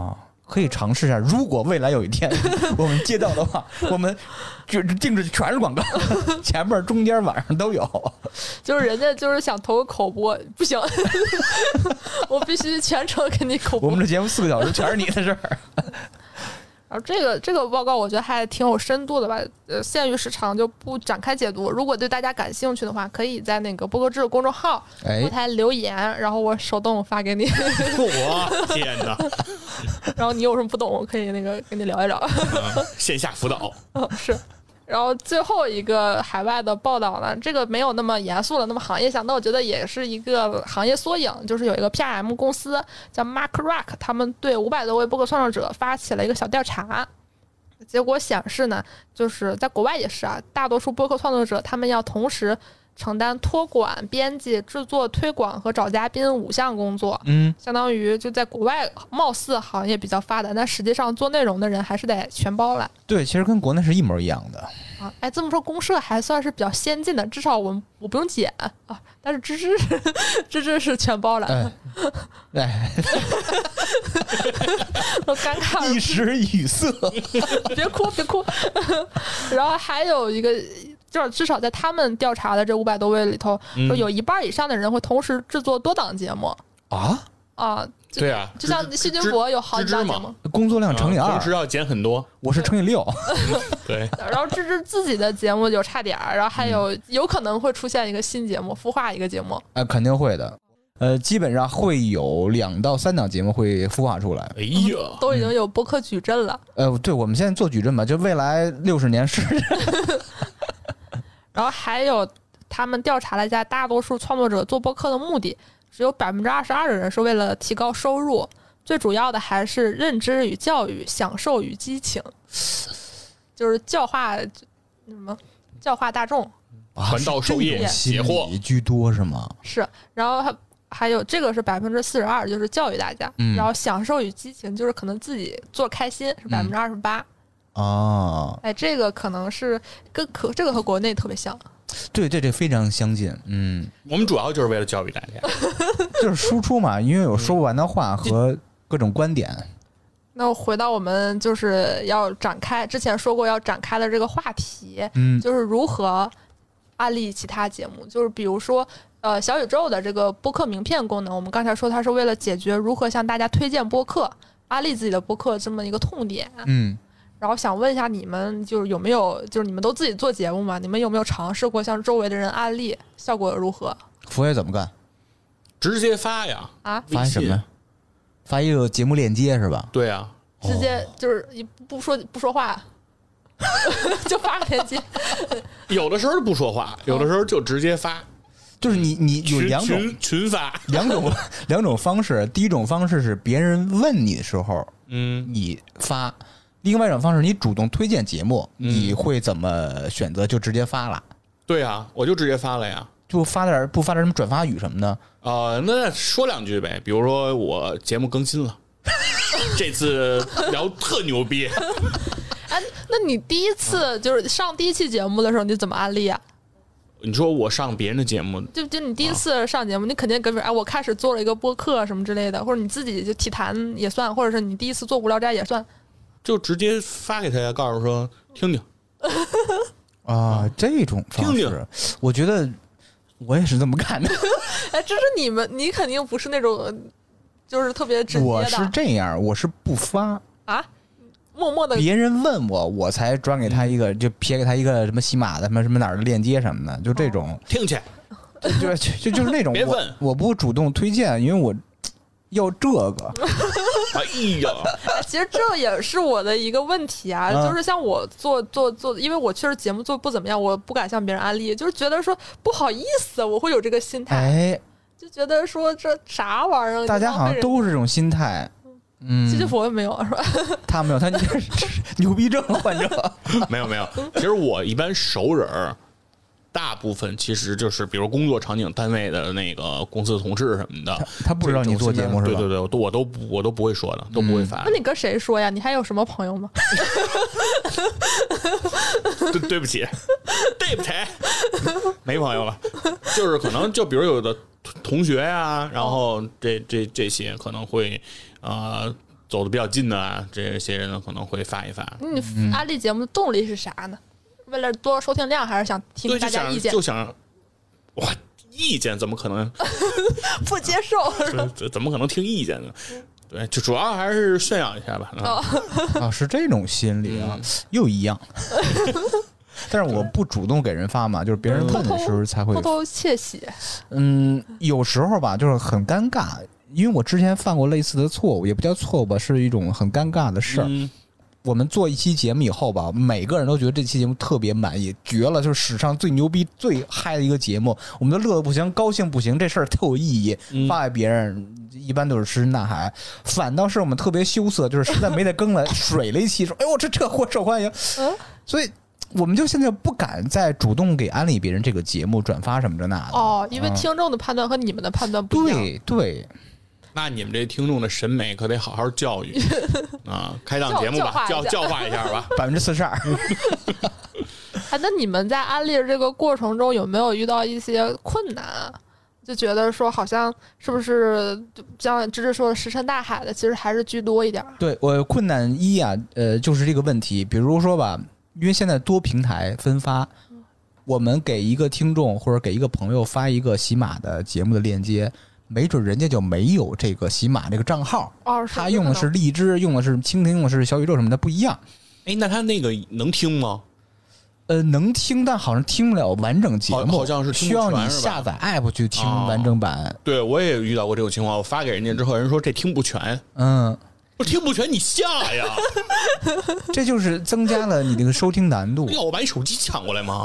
Speaker 3: 可以尝试一下。如果未来有一天我们接到的话，我们就定制全是广告，前面、中间、晚上都有。
Speaker 1: 就是人家就是想投个口播，不行，我必须全程给你口播。
Speaker 3: 我们这节目四个小时全是你的事儿。
Speaker 1: 然后这个这个报告我觉得还挺有深度的吧，呃，限于时长就不展开解读。如果对大家感兴趣的话，可以在那个播客制公众号后台留言，然后我手动发给你。
Speaker 2: 我天哪！
Speaker 1: 然后你有什么不懂，我可以那个跟你聊一聊。
Speaker 2: 嗯、线下辅导。
Speaker 1: 嗯，是。然后最后一个海外的报道呢，这个没有那么严肃了，那么行业向，但我觉得也是一个行业缩影，就是有一个 P R M 公司叫 Mark Rock， 他们对五百多位播客创作者发起了一个小调查，结果显示呢，就是在国外也是啊，大多数播客创作者他们要同时承担托管、编辑、制作、推广和找嘉宾五项工作，
Speaker 3: 嗯，
Speaker 1: 相当于就在国外貌似行业比较发达，但实际上做内容的人还是得全包了。
Speaker 3: 对，其实跟国内是一模一样的
Speaker 1: 啊。哎，这么说公社还算是比较先进的，至少我我不用剪啊，但是芝芝芝芝是全包了。
Speaker 3: 哎，哎
Speaker 1: 我尴尬了，
Speaker 3: 一时语塞，
Speaker 1: 别哭别哭。然后还有一个。就是至少在他们调查的这五百多位里头，说有一半以上的人会同时制作多档节目
Speaker 3: 啊
Speaker 1: 啊，
Speaker 2: 对啊，
Speaker 1: 就像细菌佛有好几档节目，
Speaker 3: 工作量乘以二，
Speaker 2: 同时要减很多，
Speaker 3: 我是乘以六，
Speaker 2: 对。
Speaker 1: 然后芝芝自己的节目有差点，然后还有有可能会出现一个新节目，孵化一个节目，
Speaker 3: 哎，肯定会的。呃，基本上会有两到三档节目会孵化出来。
Speaker 2: 哎呀，
Speaker 1: 都已经有播客矩阵了。
Speaker 3: 呃，对，我们现在做矩阵吧，就未来六十年是。
Speaker 1: 然后还有他们调查了一下，大多数创作者做播客的目的，只有百分之二十二的人是为了提高收入，最主要的还是认知与教育、享受与激情，就是教化什么教化大众，
Speaker 2: 传道授业解惑
Speaker 3: 居多是吗？
Speaker 1: 是，然后还还有这个是百分之四十二，就是教育大家、嗯，然后享受与激情就是可能自己做开心是百分之二十八。
Speaker 3: 哦，
Speaker 1: 哎，这个可能是跟可这个和国内特别像，
Speaker 3: 对对对，非常相近。嗯，
Speaker 2: 我们主要就是为了教育大家，
Speaker 3: 就是输出嘛，因为有说不完的话和各种观点。
Speaker 1: 那回到我们就是要展开之前说过要展开的这个话题，
Speaker 3: 嗯，
Speaker 1: 就是如何安利其他节目，就是比如说呃小宇宙的这个播客名片功能，我们刚才说它是为了解决如何向大家推荐播客、安利自己的播客这么一个痛点，
Speaker 3: 嗯。
Speaker 1: 然后想问一下你们，就是有没有，就是你们都自己做节目嘛？你们有没有尝试过向周围的人安利，效果如何？
Speaker 3: 佛爷怎么干？
Speaker 2: 直接发呀！
Speaker 1: 啊，
Speaker 3: 发什么？发一个节目链接是吧？
Speaker 2: 对啊，
Speaker 1: 直接就是一不说不说话，就发个链接。
Speaker 2: 有的时候不说话，有的时候就直接发。
Speaker 3: 就是你你有两种
Speaker 2: 群群发，两
Speaker 3: 种两种方式。第一种方式是别人问你的时候，
Speaker 2: 嗯，
Speaker 3: 你发。另外一种方式，你主动推荐节目，
Speaker 2: 嗯、
Speaker 3: 你会怎么选择？就直接发了？
Speaker 2: 对啊，我就直接发了呀。
Speaker 3: 就发点不发点什么转发语什么的？
Speaker 2: 啊、呃，那说两句呗。比如说我节目更新了，这次聊特牛逼。
Speaker 1: 哎，那你第一次就是上第一期节目的时候，你怎么安利啊？
Speaker 2: 你说我上别人的节目，
Speaker 1: 就就你第一次上节目，啊、你肯定跟别人哎，我开始做了一个播客什么之类的，或者你自己就体坛也算，或者是你第一次做无聊斋也算。
Speaker 2: 就直接发给他呀，告诉说听听
Speaker 3: 啊，这种方式，听听我觉得我也是这么干的。
Speaker 1: 哎，这是你们，你肯定不是那种就是特别直接的。
Speaker 3: 我是这样，我是不发
Speaker 1: 啊，默默的。
Speaker 3: 别人问我，我才转给他一个，就撇给他一个什么喜马的什么什么哪儿的链接什么的，就这种。
Speaker 2: 哦、听去，
Speaker 3: 就就就就是那种。
Speaker 2: 别问，
Speaker 3: 我不主动推荐，因为我要这个。
Speaker 2: 哎呀，
Speaker 1: 其实这也是我的一个问题啊，
Speaker 3: 嗯、
Speaker 1: 就是像我做做做，因为我确实节目做不怎么样，我不敢向别人安利，就是觉得说不好意思，我会有这个心态，
Speaker 3: 哎，
Speaker 1: 就觉得说这啥玩意儿，
Speaker 3: 大家好像都是这种心态。嗯，
Speaker 1: 西西弗没有是吧？
Speaker 3: 他没有，他牛逼症患者。
Speaker 2: 没有没有，其实我一般熟人儿。大部分其实就是比如工作场景单位的那个公司同事什么的，
Speaker 3: 他, 他不知道你做节目是吧？
Speaker 2: 对对对，我都我都不我都不会说的，都不会发、嗯。
Speaker 1: 那你跟谁说呀？你还有什么朋友吗？
Speaker 2: 对对不起，对不起，没朋友了。就是可能就比如有的同学呀、啊，然后这这这些可能会呃走的比较近的啊，这些人呢可能会发一发。
Speaker 1: 你安利节目的动力是啥呢？为了多收听量，还是想听大家意见？
Speaker 2: 就想，就想哇，意见怎么可能
Speaker 1: 不接受？
Speaker 2: 怎么可能听意见呢？对，就主要还是炫耀一下吧。
Speaker 1: 哦、
Speaker 3: 啊，是这种心理啊，嗯、又一样。但是我不主动给人发嘛，就是别人问的时候才会
Speaker 1: 偷偷窃喜。
Speaker 3: 嗯，有时候吧，就是很尴尬，因为我之前犯过类似的错误，也不叫错误吧，是一种很尴尬的事儿。嗯，我们做一期节目以后吧，每个人都觉得这期节目特别满意，绝了，就是史上最牛逼、最嗨的一个节目，我们都乐得不行，高兴不行，这事儿特有意义，发给别人。一般都是痴人大海，反倒是我们特别羞涩，就是实在没得更了，水了一期，说：“哎呦，这这货受欢迎。”嗯，所以我们就现在不敢再主动给安利别人这个节目转发什么的那的。
Speaker 1: 哦，因为听众的判断和你们的判断不一样。
Speaker 3: 对对，
Speaker 2: 那你们这听众的审美可得好好教育啊！开档节目吧，教教化一下吧，
Speaker 3: 百分之四十二。
Speaker 1: 哎，那你们在安利这个过程中有没有遇到一些困难？就觉得说好像是不是像芝芝说的石沉大海的，其实还是居多一点。
Speaker 3: 对，我困难一啊，呃，就是这个问题。比如说吧，因为现在多平台分发，嗯、我们给一个听众或者给一个朋友发一个喜马的节目的链接，没准人家就没有这个喜马这个账号，
Speaker 1: 哦，
Speaker 3: 他用的是荔枝，用的是蜻蜓，用的是小宇宙什么的不一样。
Speaker 2: 哎，那他那个能听吗？
Speaker 3: 呃，能听，但好像听不了完整节目，
Speaker 2: 好像是
Speaker 3: 需要你下载 app 去听完整版。
Speaker 2: 哦、对，我也遇到过这种情况，我发给人家之后，人说这听不全。
Speaker 3: 嗯，
Speaker 2: 我听不全，你下呀。
Speaker 3: 这就是增加了你这个收听难度。
Speaker 2: 要我把你手机抢过来吗？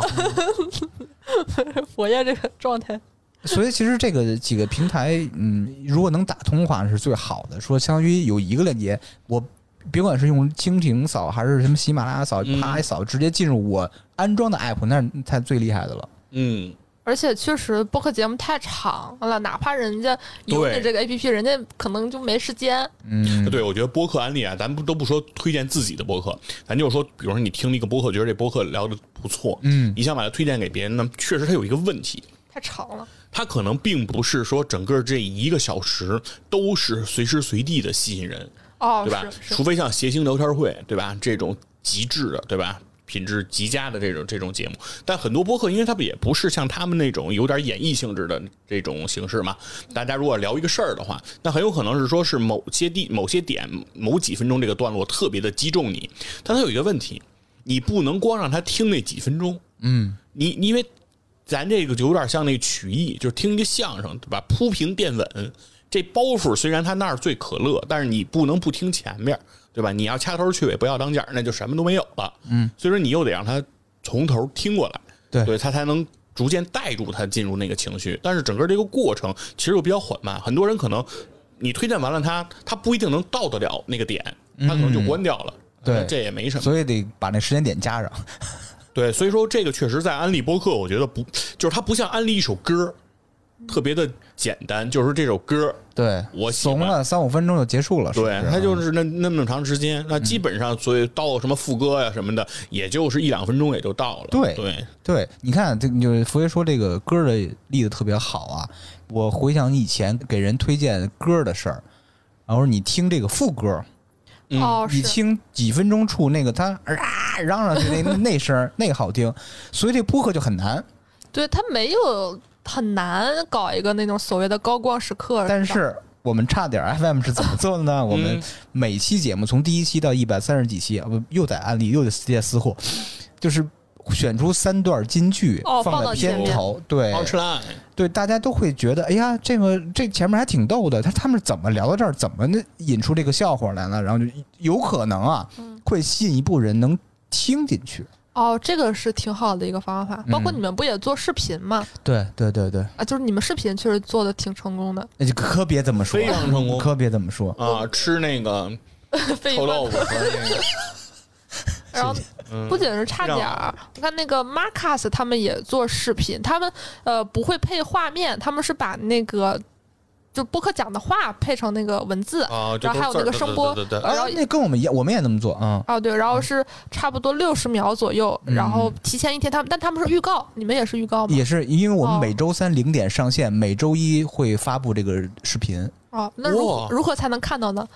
Speaker 1: 佛爷这个状态。
Speaker 3: 所以其实这个几个平台，嗯，如果能打通的话是最好的。说相当于有一个链接，我。别管是用蜻蜓扫还是什么喜马拉雅扫，啪一扫，直接进入我安装的 app， 那才最厉害的了。
Speaker 2: 嗯，
Speaker 1: 而且确实播客节目太长了，哪怕人家有你这个 A P P， 人家可能就没时间。
Speaker 3: 嗯，
Speaker 2: 对，我觉得播客安利啊，咱不都不说推荐自己的播客，咱就说，比如说你听了一个播客，觉得这播客聊得不错，
Speaker 3: 嗯，
Speaker 2: 你想把它推荐给别人呢，确实它有一个问题，
Speaker 1: 太长了。
Speaker 2: 它可能并不是说整个这一个小时都是随时随地的吸引人。
Speaker 1: 哦，
Speaker 2: 对吧？除非像谐星聊天会，对吧？这种极致的，对吧？品质极佳的这种这种节目，但很多播客，因为它也不是像他们那种有点演绎性质的这种形式嘛。大家如果聊一个事儿的话，那很有可能是说是某些地、某些点、某几分钟这个段落特别的击中你，但它有一个问题，你不能光让他听那几分钟，
Speaker 3: 嗯，
Speaker 2: 你因为咱这个就有点像那曲艺，就是听一个相声，对吧？铺平垫稳。这包袱虽然他那儿最可乐，但是你不能不听前面，对吧？你要掐头去尾不要当间，那就什么都没有了。
Speaker 3: 嗯，
Speaker 2: 所以说你又得让他从头听过来，
Speaker 3: 对，
Speaker 2: 对他才能逐渐带住他进入那个情绪。但是整个这个过程其实又比较缓慢，很多人可能你推荐完了他，他不一定能到得了那个点，他可能就关掉了。
Speaker 3: 嗯、对，
Speaker 2: 这也没什么，
Speaker 3: 所以得把那时间点加上。
Speaker 2: 对，所以说这个确实在安利播客，我觉得不就是它不像安利一首歌。特别的简单，就是这首歌，
Speaker 3: 对
Speaker 2: 我
Speaker 3: 怂了三五分钟就结束了，
Speaker 2: 对，它就是那那么长时间，那基本上所以到什么副歌呀什么的，也就是一两分钟也就到了。
Speaker 3: 对
Speaker 2: 对
Speaker 3: 对，你看，这就是佛爷说这个歌的例子特别好啊。我回想以前给人推荐歌的事儿，然后你听这个副歌，
Speaker 1: 哦、
Speaker 3: 嗯，你听几分钟处那个他啊嚷嚷去那那声那个好听，所以这播客就很难。
Speaker 1: 对，他没有。很难搞一个那种所谓的高光时刻，
Speaker 3: 但是我们差点 F M 是怎么做的呢？我们每期节目从第一期到一百三十几期，又在安利又在接私货，就是选出三段金句、
Speaker 1: 哦、
Speaker 3: 放在片头，对，对，大家都会觉得，哎呀，这个这前面还挺逗的，他他们怎么聊到这儿，怎么引出这个笑话来了？然后就有可能啊，会吸引一部分人能听进去。
Speaker 1: 哦，这个是挺好的一个方法，包括你们不也做视频吗？
Speaker 3: 嗯、对对对对，
Speaker 1: 啊，就是你们视频确实做的挺成功的。
Speaker 3: 那就可别这么说，
Speaker 2: 非常成功，
Speaker 3: 可别这么说
Speaker 2: 啊！吃那个臭豆腐和那个，
Speaker 1: 然后不仅是差点儿，我看那个 Marcus 他们也做视频，他们呃不会配画面，他们是把那个。就播客讲的话配成那个文字，
Speaker 2: 哦、
Speaker 1: 然后还有那个声波，
Speaker 2: 对对对
Speaker 3: 对对然后、啊、那跟我们一样，我们也那么做啊。
Speaker 1: 哦，对，然后是差不多六十秒左右，嗯、然后提前一天他们，但他们是预告，你们也是预告吗？
Speaker 3: 也是，因为我们每周三零点上线，哦、每周一会发布这个视频。
Speaker 1: 哦，那如何如何才能看到呢？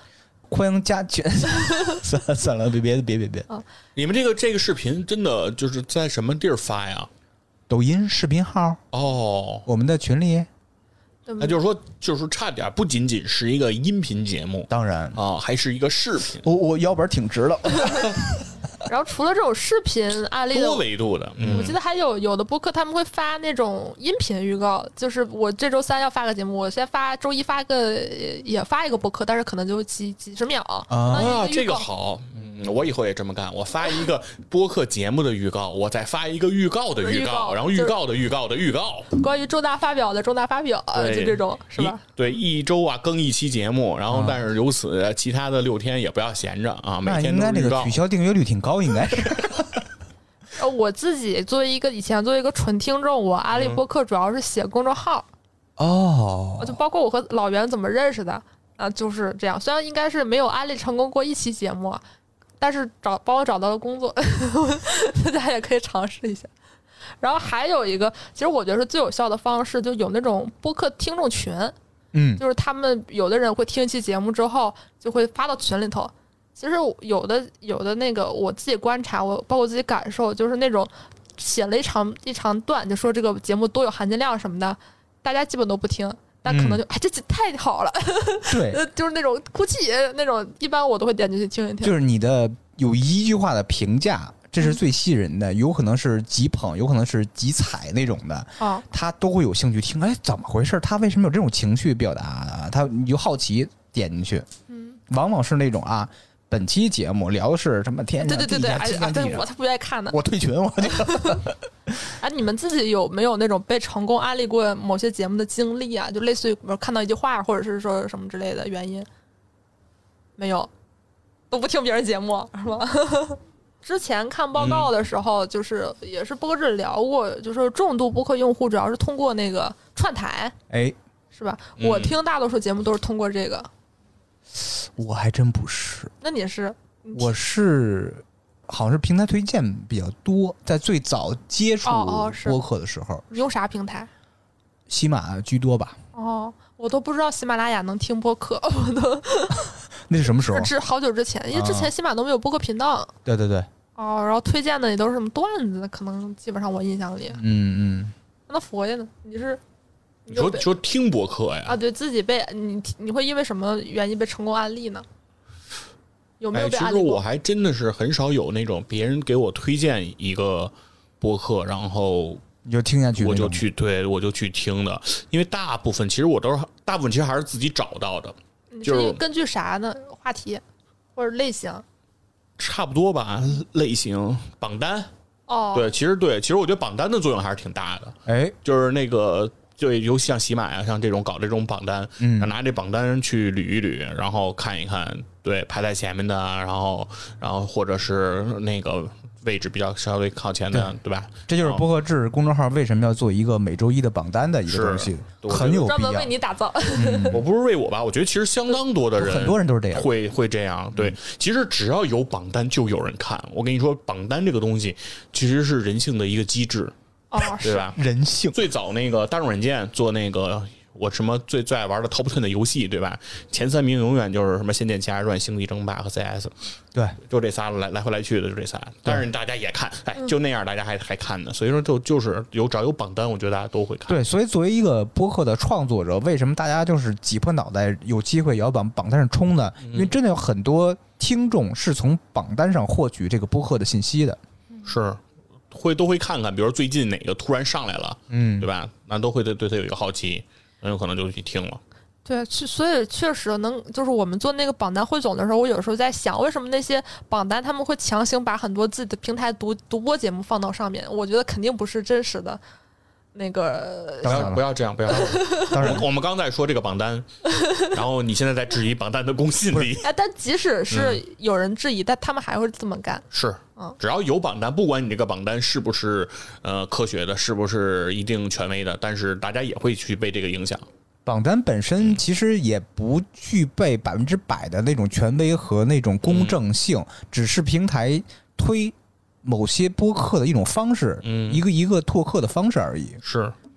Speaker 3: 欢迎加群。算了算了，别别别别别。
Speaker 1: 啊、
Speaker 2: 你们这个这个视频真的就是在什么地儿发呀？
Speaker 3: 抖音视频号
Speaker 2: 哦，
Speaker 3: 我们的群里。
Speaker 2: 那就是说，就是说差点，不仅仅是一个音频节目，
Speaker 3: 当然
Speaker 2: 啊，还是一个视频。
Speaker 3: 我我腰板挺直了。
Speaker 1: 然后除了这种视频案例的，
Speaker 2: 多维度的，嗯、
Speaker 1: 我记得还有有的播客他们会发那种音频预告，就是我这周三要发个节目，我先发周一发个也发一个播客，但是可能就几几十秒
Speaker 3: 啊，
Speaker 2: 个这个好。嗯，我以后也这么干。我发一个播客节目的预告，我再发一个预告的预告，然后预告的预告的预告，
Speaker 1: 关于重大发表的重大发表，就这种是吧？
Speaker 2: 对，一周啊更一期节目，然后但是由此其他的六天也不要闲着啊，每天都预告。
Speaker 3: 那应该这个取消订阅率挺高，应该是。
Speaker 1: 呃，我自己作为一个以前作为一个纯听众，我阿里播客主要是写公众号。
Speaker 3: 哦，
Speaker 1: 就包括我和老袁怎么认识的啊，就是这样。虽然应该是没有阿里成功过一期节目。但是找帮我找到了工作，大家也可以尝试一下。然后还有一个，其实我觉得是最有效的方式，就有那种播客听众群，
Speaker 3: 嗯，
Speaker 1: 就是他们有的人会听一期节目之后，就会发到群里头。其实有的有的那个我自己观察，我包括我自己感受，就是那种写了一长一长段，就说这个节目多有含金量什么的，大家基本都不听。但可能就、嗯、哎，这太好了，
Speaker 3: 对，
Speaker 1: 就是那种哭泣那种，一般我都会点进去听一听。
Speaker 3: 就是你的有一句话的评价，这是最吸引人的，嗯、有可能是极捧，有可能是极踩那种的，
Speaker 1: 啊，
Speaker 3: 他都会有兴趣听。哎，怎么回事？他为什么有这种情绪表达？他你就好奇点进去，嗯，往往是那种啊。本期节目聊的是什么天上地下天上地上，
Speaker 1: 我才不愿意看呢。
Speaker 3: 我退群，我就。
Speaker 1: 哎，你们自己有没有那种被成功安利过某些节目的经历啊？就类似于看到一句话，或者是说什么之类的原因？没有，都不听别人节目是吧？之前看报告的时候，就是也是播客制聊过，就是重度播客用户主要是通过那个串台，
Speaker 3: 哎，
Speaker 1: 是吧？我听大多数节目都是通过这个。
Speaker 3: 我还真不是，
Speaker 1: 那你是？
Speaker 3: 我是好像是平台推荐比较多，在最早接触播客的时候。哦哦、
Speaker 1: 你用啥平台？
Speaker 3: 喜马居多吧。
Speaker 1: 哦，我都不知道喜马拉雅能听播客，我都
Speaker 3: 那是什么时候？
Speaker 1: 是好久之前，因为之前喜马都没有播客频道。啊、
Speaker 3: 对对对。
Speaker 1: 哦，然后推荐的也都是什么段子，可能基本上我印象里。
Speaker 3: 嗯嗯。
Speaker 1: 那佛爷呢？你是？
Speaker 2: 你说说听播客呀？
Speaker 1: 啊，对自己被你你会因为什么原因被成功安利呢？有没有被安利过？
Speaker 2: 哎，其实我还真的是很少有那种别人给我推荐一个播客，然后
Speaker 3: 你就听下去，
Speaker 2: 我就去对我就去听的。因为大部分其实我都是大部分其实还是自己找到的。
Speaker 1: 就是根据啥呢？话题或者类型？
Speaker 2: 差不多吧，类型榜单。
Speaker 1: 哦，
Speaker 2: 对，其实对，其实我觉得榜单的作用还是挺大的。
Speaker 3: 哎，
Speaker 2: 就是那个。就尤其像喜马呀，像这种搞这种榜单，嗯，拿这榜单去捋一捋，然后看一看，对，排在前面的，然后，然后或者是那个位置比较稍微靠前的， 对, 对吧？
Speaker 3: 这就是播客制公众号为什么要做一个每周一的榜单的一个东西，很有必要。
Speaker 1: 专门为你打造。
Speaker 2: 嗯、我不是为我吧，我觉得其实相当多的人，
Speaker 3: 很多人都是这样，
Speaker 2: 会会这样。对，其实只要有榜单，就有人看。我跟你说，榜单这个东西其实是人性的一个机制。
Speaker 1: 哦，
Speaker 2: 对吧？
Speaker 3: 人性
Speaker 2: 最早那个大众软件做那个我什么最最爱玩的 Top Ten 的游戏，对吧？前三名永远就是什么《仙剑奇侠传》、《星际争霸》和 C S，
Speaker 3: 对，
Speaker 2: 就这仨来来回来去的，就这仨。但是大家也看，哎，就那样，大家还还看呢。所以说，就就是有只要有榜单，我觉得大家都会看。
Speaker 3: 对，所以作为一个播客的创作者，为什么大家就是挤破脑袋有机会也要往榜单上冲呢？因为真的有很多听众是从榜单上获取这个播客的信息的，
Speaker 2: 是。会都会看看，比如最近哪个突然上来了，嗯，对吧？那都会对对他有一个好奇，很有可能就去听了。
Speaker 1: 对，所以确实能，就是我们做那个榜单汇总的时候，我有时候在想，为什么那些榜单他们会强行把很多自己的平台独独播节目放到上面？我觉得肯定不是真实的。那个
Speaker 2: 不要不要这样，不要。当然，我们刚才说这个榜单，然后你现在在质疑榜单的公信力。
Speaker 1: 哎，但即使是有人质疑，嗯、但他们还会这么干。
Speaker 2: 是，嗯，只要有榜单，不管你这个榜单是不是呃科学的，是不是一定权威的，但是大家也会去被这个影响。
Speaker 3: 榜单本身其实也不具备百分之百的那种权威和那种公正性，嗯、只是平台推某些播客的一种方式，嗯，一个一个拓客的方式而已。
Speaker 2: 是，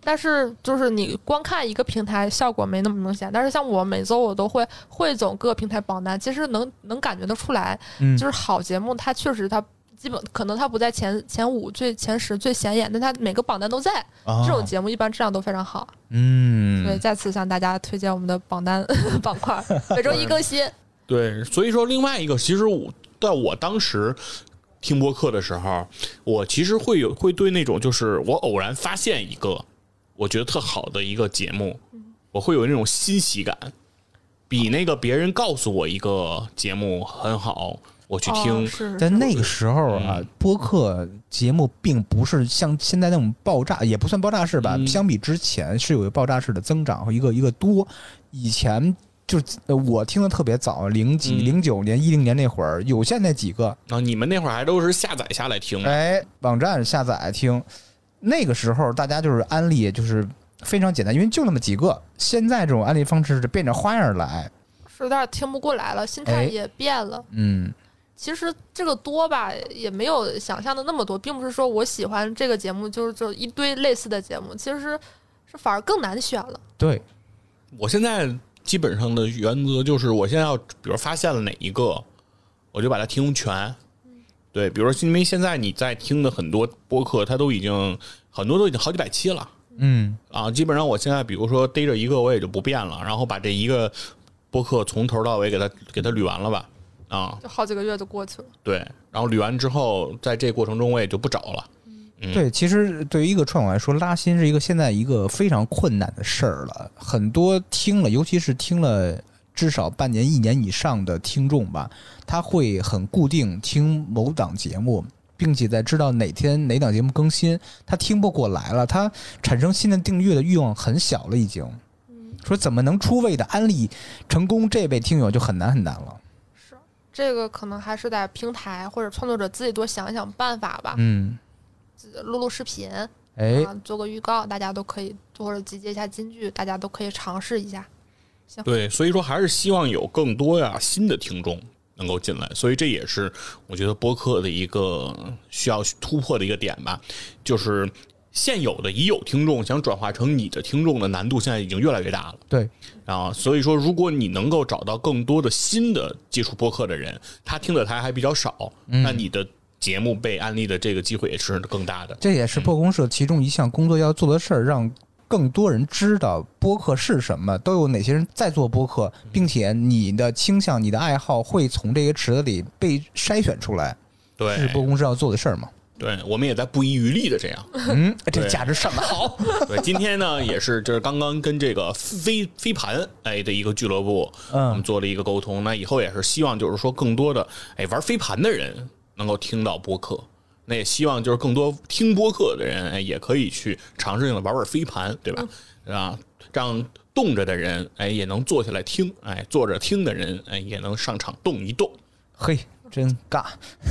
Speaker 1: 但是就是你光看一个平台效果没那么明显，但是像我每周我都会汇总各个平台榜单，其实能能感觉得出来，
Speaker 3: 嗯，
Speaker 1: 就是好节目它确实它基本可能它不在前前五最前十最显眼，但它每个榜单都在，
Speaker 3: 哦、
Speaker 1: 这种节目一般质量都非常好。
Speaker 3: 嗯，
Speaker 1: 所以再次向大家推荐我们的榜单板块，每周一更新。
Speaker 2: 对，所以说另外一个，其实我在我当时听播客的时候，我其实会有会对那种就是我偶然发现一个我觉得特好的一个节目，我会有那种欣喜感，比那个别人告诉我一个节目很好，我去听。
Speaker 1: 哦、
Speaker 3: 在那个时候啊，嗯、播客节目并不是像现在那种爆炸，也不算爆炸式吧。嗯、相比之前是有一个爆炸式的增长和一个一个多。以前就我听的特别早，零几、零九年、一零年那会儿，有限那几个
Speaker 2: 啊，你们那会儿还都是下载下来听的，
Speaker 3: 哎，网站下载听。那个时候大家就是安利，就是非常简单，因为就那么几个。现在这种安利方式是变着花样来，
Speaker 1: 是有点听不过来了，心态也变了。
Speaker 3: 嗯，
Speaker 1: 其实这个多吧，也没有想象的那么多，并不是说我喜欢这个节目就是就一堆类似的节目，其实是是反而更难选了。
Speaker 3: 对，
Speaker 2: 我现在基本上的原则就是，我现在要比如发现了哪一个，我就把它听全。对，比如说，因为现在你在听的很多播客，它都已经很多都已经好几百期了，
Speaker 3: 嗯
Speaker 2: 啊，基本上我现在比如说逮着一个我也就不变了，然后把这一个播客从头到尾给它给它捋完了吧，啊，
Speaker 1: 就好几个月就过去了。
Speaker 2: 对，然后捋完之后，在这个过程中我也就不找了。嗯、
Speaker 3: 对，其实对于一个创作来说，拉新是一个现在一个非常困难的事儿了，很多听了，尤其是听了至少半年、一年以上的听众吧，他会很固定听某档节目，并且在知道哪天哪档节目更新，他听不过来了，他产生新的订阅的欲望很小了，已经。说怎么能出位的安利成功，这位听友就很难很难了。
Speaker 1: 是，这个可能还是得平台或者创作者自己多想想办法吧。
Speaker 3: 嗯，
Speaker 1: 录录视频，
Speaker 3: 哎、
Speaker 1: 啊，做个预告，大家都可以，或者集结一下金句，大家都可以尝试一下。行，
Speaker 2: 对，所以说还是希望有更多呀新的听众能够进来，所以这也是我觉得播客的一个需要突破的一个点吧，就是现有的已有听众想转化成你的听众的难度现在已经越来越大了。
Speaker 3: 对，
Speaker 2: 啊，所以说如果你能够找到更多的新的接触播客的人，他听的台还比较少，
Speaker 3: 嗯、
Speaker 2: 那你的节目被安利的这个机会也是更大的。
Speaker 3: 这也是播公社其中一项工作要做的事儿，让更多人知道播客是什么，都有哪些人在做播客，并且你的倾向、你的爱好会从这个池子里被筛选出来。
Speaker 2: 对，
Speaker 3: 这是播公司要做的事儿嘛。
Speaker 2: 对，我们也在不遗余力的这样。
Speaker 3: 嗯，这价值上的好。
Speaker 2: 对，今天呢也是就是刚刚跟这个飞飞盘哎的一个俱乐部，
Speaker 3: 嗯，
Speaker 2: 我们做了一个沟通。那以后也是希望就是说更多的哎玩飞盘的人能够听到播客。那也希望就是更多听播客的人，哎，也可以去尝试性的玩玩飞盘，对吧？啊，让动着的人，哎，也能坐下来听，哎，坐着听的人，哎，也能上场动一动。
Speaker 3: 嘿，真尬。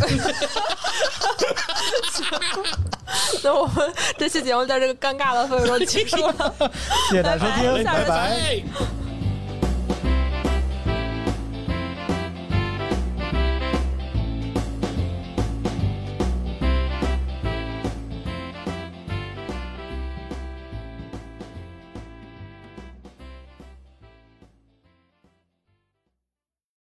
Speaker 1: 那我们这期节目在这个尴尬的氛围中结束了。
Speaker 3: 谢谢大家收听，拜拜。